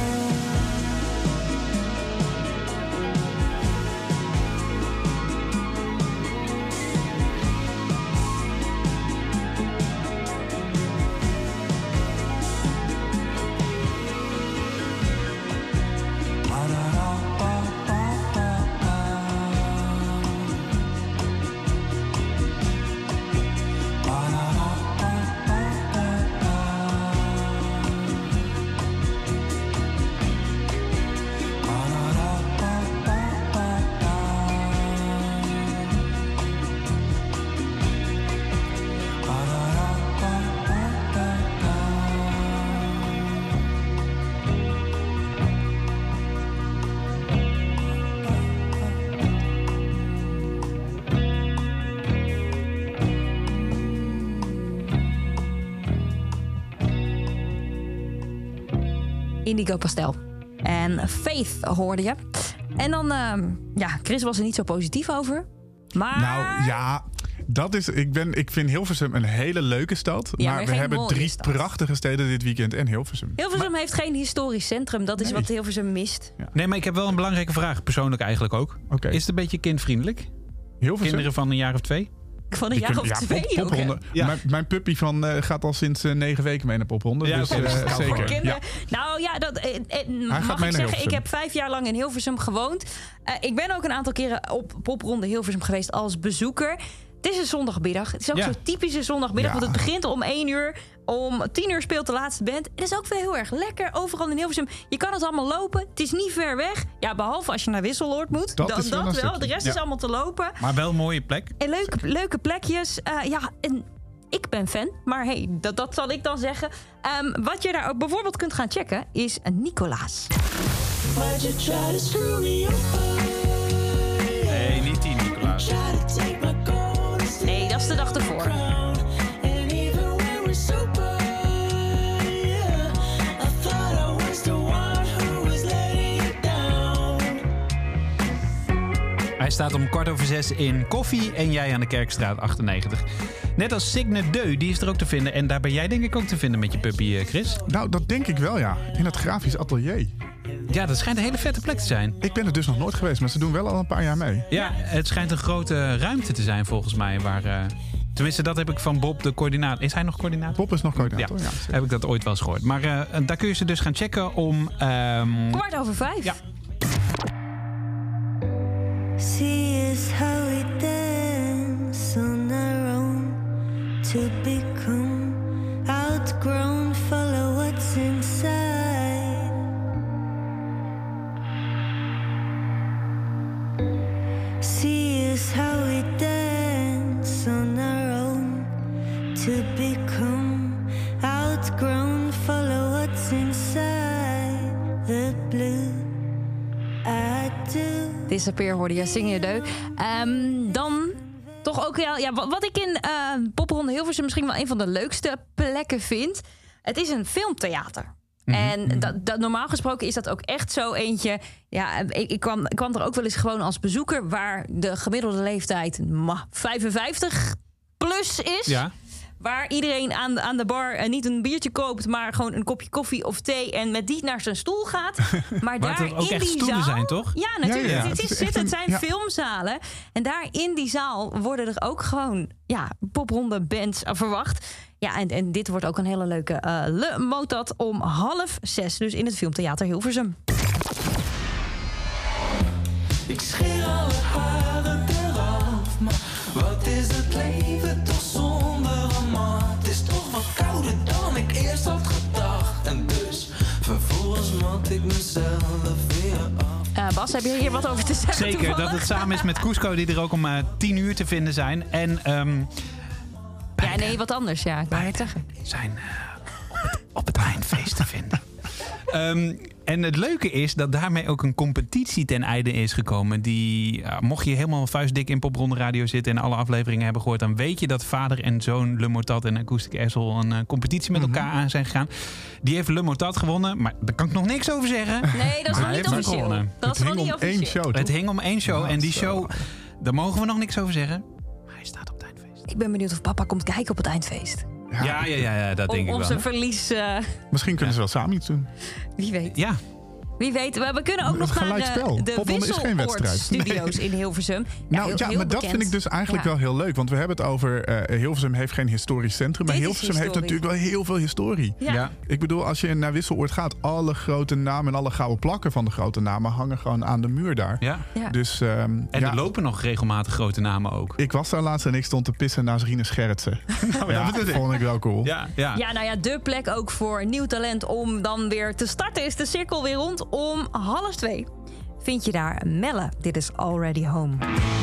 Indigo Pastel. En Faith hoorde je. En dan, uh, ja, Chris was er niet zo positief over. Maar... Nou ja, dat is, ik, ben, ik vind Hilversum een hele leuke stad. Ja, maar, maar we geen hebben mooie drie stad. prachtige steden dit weekend en Hilversum. Hilversum heeft geen historisch centrum. Dat is Nee. wat Hilversum mist. Nee, maar ik heb wel een belangrijke vraag. Persoonlijk eigenlijk ook. Oké. Is het een beetje kindvriendelijk? Hilversum? Kinderen van een jaar of twee? Van een Die jaar of kunnen- ja, twee pop- ook, popronde. hè? Ja. Mijn, mijn puppy van, uh, gaat al sinds uh, negen weken mee naar popronde. Ja, dus oké, uh, dus het kan zeker. voor Kinderen. Ja. Nou ja, dat, eh, eh, gaat mag mee ik naar zeggen, Hilversum. ik heb vijf jaar lang in Hilversum gewoond. Uh, ik ben ook een aantal keren op popronde Hilversum geweest als bezoeker. Het is een zondagmiddag. Het is ook Ja. zo'n typische zondagmiddag. Ja. Want het begint om één uur. Om tien uur speelt de laatste band. Het is ook wel heel erg lekker. Overal in Hilversum. Je kan het allemaal lopen. Het is niet ver weg. Ja, behalve als je naar Wisseloord moet. Dat dan is wel dat een wel. stukje. De rest Ja. is allemaal te lopen. Maar wel een mooie plek. En leuke, leuke plekjes. Uh, ja, en ik ben fan. Maar hey, dat, dat zal ik dan zeggen. Um, wat je daar ook bijvoorbeeld kunt gaan checken is Nicolaas. Nee, niet die Nicolaas. Nee, dat is de dag ervoor. Hij staat om kwart over zes in Koffie en jij aan de Kerkstraat achtennegentig. Net als Signe Deu, die is er ook te vinden. En daar ben jij denk ik ook te vinden met je puppy, eh, Chris. Nou, dat denk ik wel, ja. In het grafisch atelier. Ja, dat schijnt een hele vette plek te zijn. Ik ben er dus nog nooit geweest, maar ze doen wel al een paar jaar mee. Ja, het schijnt een grote ruimte te zijn volgens mij. Waar, uh, tenminste, dat heb ik van Bob, de coördinator. Is hij nog coördinator? Bob is nog coördinator, Ja, ja. heb ik dat ooit wel eens gehoord. Maar uh, daar kun je ze dus gaan checken om... Um... Kwart over vijf. Ja. See is how we dance on our own to become outgrown. Follow what's inside. See is how we dance on our own to become outgrown. Follow what's inside the blue. I do. Disappear hoorde je, zing je deu. Um, dan toch ook ja, ja, wat, wat ik in uh, Popronde Hilversum misschien wel een van de leukste plekken vind. Het is een filmtheater. Mm-hmm. En dat, dat, normaal gesproken is dat ook echt zo eentje. Ja, ik, ik, kwam, ik kwam er ook wel eens gewoon als bezoeker, waar de gemiddelde leeftijd ma, vijfenvijftig plus is. Ja. Waar iedereen aan, aan de bar uh, niet een biertje koopt, maar gewoon een kopje koffie of thee en met die naar zijn stoel gaat. Maar waar daar er ook in echt die stoelen zaal, zijn, toch? Ja, natuurlijk. Ja, ja, Het, is, het, is het, een, zijn ja. filmzalen. En daar in die zaal worden er ook gewoon ja, popronde bands uh, verwacht. Ja, en, en dit wordt ook een hele leuke uh, Le Motat om half zes. Dus in het Filmtheater Hilversum. Ik scheer alle haren eraf, maar wat is het leven toch zonder een man? Het is toch wat kouder dan ik eerst had gedacht. En dus vervolgens mat ik mezelf weer af. Uh, Bas, heb je hier wat over te zeggen? Zeker, toevallig? dat het samen is met Cusco, die er ook om uh, tien uur te vinden zijn. En um, ja, nee, wat anders, ja. Ik wou het zeggen. zijn uh, op, het, op het eindfeest te vinden. Um, en het leuke is dat daarmee ook een competitie ten einde is gekomen. Die, uh, mocht je helemaal vuistdik in Popronde Radio zitten en alle afleveringen hebben gehoord, dan weet je dat vader en zoon Le Motat en Acoustic Ezel een uh, competitie met elkaar aan zijn gegaan. Die heeft Le Motat gewonnen, maar daar kan ik nog niks over zeggen. Nee, dat is Maar nog niet hij heeft officieel. gewonnen. Dat is Het nog hing niet om één officieel. show, Het toch? hing om één show Ja, en die zo. show, daar mogen we nog niks over zeggen. Maar hij staat op het eindfeest. Ik ben benieuwd of papa komt kijken op het eindfeest. Ja, Ja, ja, ja, ja dat denk Om, ik om wel. zijn verlies, uh, Misschien kunnen ze wel samen iets doen. wie weet. Ja, Wie weet, we, we kunnen ook nog naar Gelijkspel. uh, de Popronde is geen Wisseloord wedstrijd. studio's in Hilversum. Nou heel- ja, heel maar dat bekend. vind ik dus eigenlijk Ja. wel heel leuk. Want we hebben het over... Uh, Hilversum heeft geen historisch centrum. Maar Dit is Hilversum heeft historie. natuurlijk wel heel veel historie. Ja. ja. Ik bedoel, als je naar Wisseloord gaat... alle grote namen en alle gouden plakken van de grote namen... hangen gewoon aan de muur daar. ja. Ja. Dus um, En ja, er lopen nog regelmatig grote namen ook. ik was daar laatst en ik stond te pissen naast Rinus Gerritsen. Ja, dat vond ik wel cool. Ja, ja. Ja, nou ja, de plek ook voor nieuw talent om dan weer te starten is de cirkel weer rond. Om half twee vind je daar Melle. Dit is Already Home.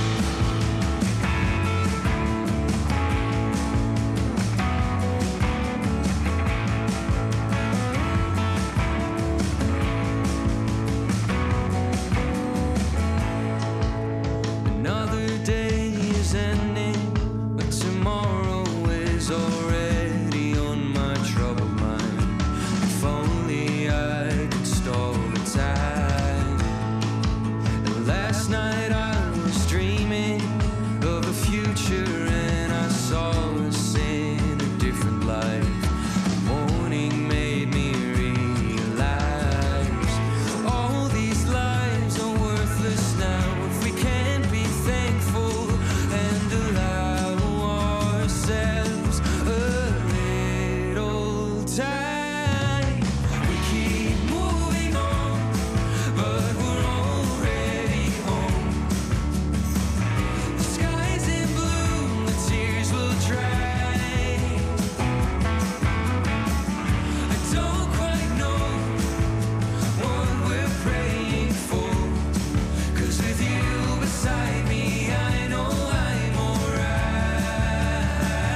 Another day is ending, but tomorrow is already on my troubled mind. If only I could stall the time. And last night I was dreaming of a future, and I saw us in a different light. The morning made me realize all these lives are worthless now if we can't be thankful and allow ourselves a little time. We keep moving on, but we're already home. The sky's in bloom, the tears will dry. I don't quite know what we're praying for, 'cause with you beside me I know I'm alright.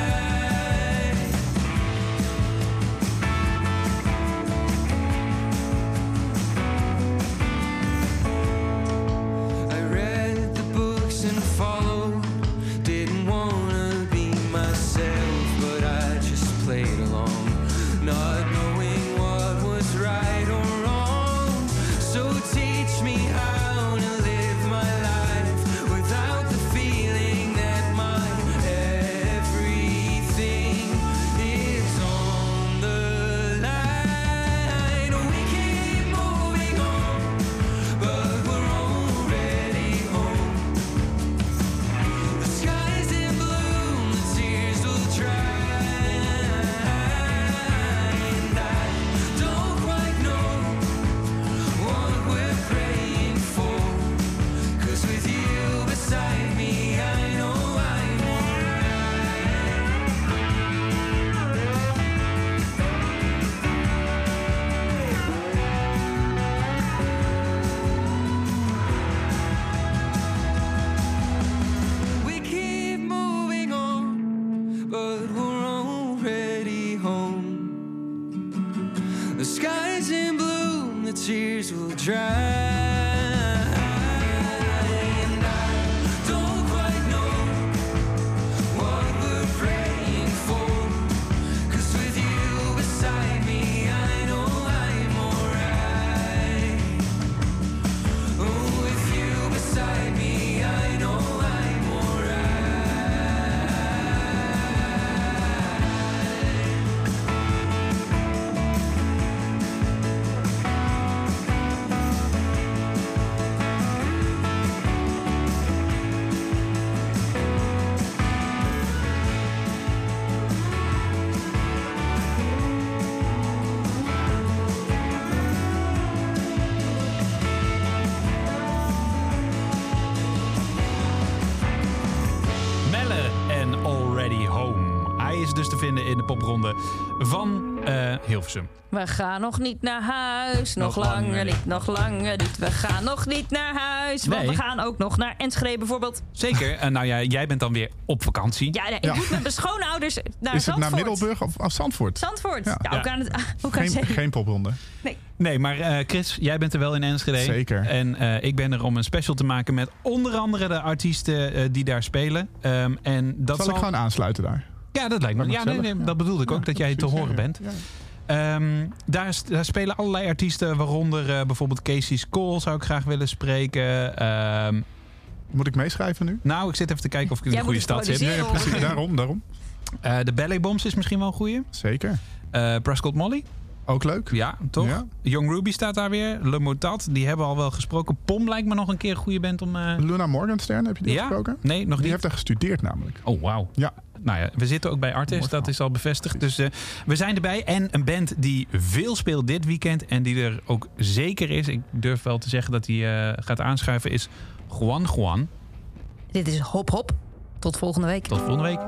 I read the books and followed, didn't wanna be myself, but I just played along, not knowing what was right or wrong. So teach me how to live my life without the feeling that my everything is on the line. We keep moving on, but we're already home. The sky's in bloom, the tears will dry. And I don't quite know what we're praying for, 'cause with you beside me I know I'm alright. We keep moving on, but we're already home. The sky's in bloom, the tears will dry. And I don't quite know is dus te vinden in de popronde van uh, Hilversum. We gaan nog niet naar huis, nog, Nog langer langer niet, nog langer niet. We gaan nog niet naar huis, want Nee. we gaan ook nog naar Enschede bijvoorbeeld. Zeker. Uh, nou ja, jij bent dan weer op vakantie. Ja, nee, ik Ja. moet met mijn schoonouders naar Is het Zandvoort. naar Middelburg of, of Zandvoort? Zandvoort. Ja. Ja, ook Ja. aan, het, ook aan Geen, zee. geen popronde. Nee. Nee, maar uh, Chris, jij bent er wel in Enschede. Zeker. En uh, ik ben er om een special te maken met onder andere de artiesten uh, die daar spelen. Um, en dat Zal zal ik gewoon aansluiten daar? Ja, dat lijkt me. Lijkt me Ja, nee, gezellig. nee, Ja. dat bedoelde ik ook, Ja, dat jij te precies, horen ja. bent. Ja. Um, daar, is- daar spelen allerlei artiesten, waaronder uh, bijvoorbeeld Casey Cole zou ik graag willen spreken. Um, Moet ik meeschrijven nu? nou, ik zit even te kijken of ik in de Jij goede moet het stad zit. produceren, hoor. Precies, daarom, daarom. Uh, de Ballet Bombs is misschien wel een goeie. Zeker. Uh, Prescott Molly, Ook leuk. ja, toch? Ja. Young Ruby staat daar weer. Le Motat, die hebben al wel gesproken. Pom lijkt me nog een keer een goede band om... Uh... Luna Morgenstern, heb je die Ja? gesproken? Nee, nog Die niet. heeft daar gestudeerd namelijk. Oh, wauw. Ja. Nou ja, we zitten ook bij Artis, Mooi dat verhaal. is al bevestigd. Dus uh, we zijn erbij. En een band die veel speelt dit weekend en die er ook zeker is. Ik durf wel te zeggen dat hij uh, gaat aanschuiven, is Juan Juan. Dit is Hop Hop. Tot volgende week. Tot volgende week.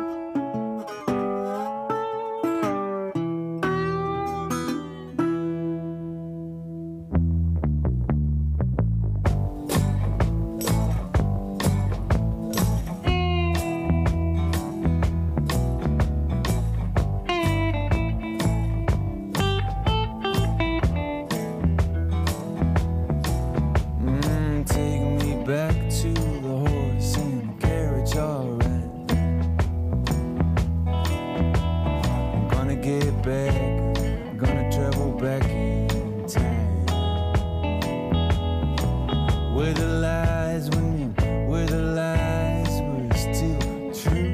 Mm, take me back to the horse and carriage, alright. I'm gonna get back, gonna travel back in time. Where the lies when, where the lies were still true.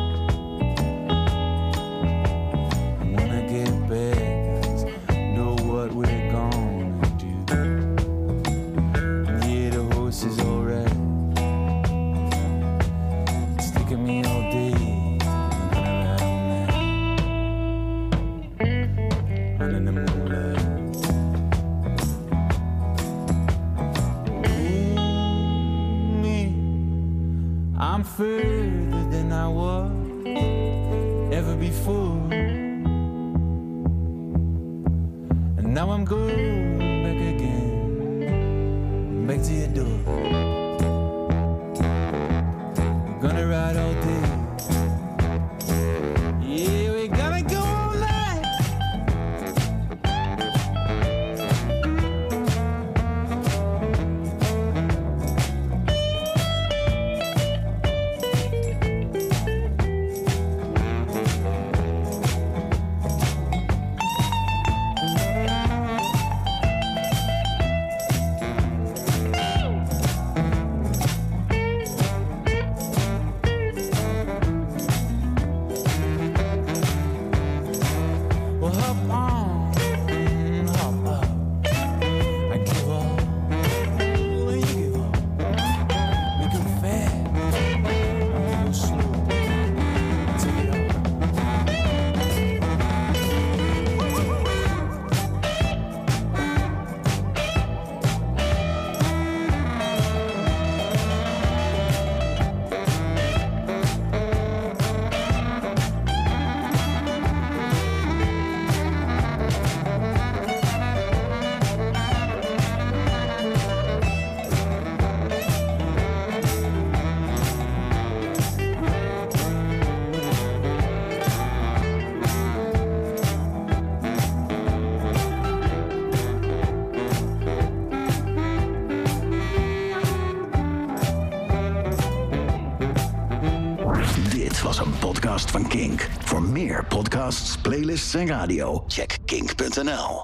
And when I get back, I know what we're gonna do. Yeah, the horse is alright. It's taking me all day. I'm gonna ride on that. Under the moonlight. Ooh, me. I'm further than I was ever before. And now I'm going back again. Back to your door. We're gonna ride all day. Yeah, we're gonna go all night. Well, hop on, mm, hop up. I give up, well, you give up. We go fast, we go slow. Take it up. Dit was een podcast van Kink. Voor meer podcasts, playlists en radio, check kink punt n l.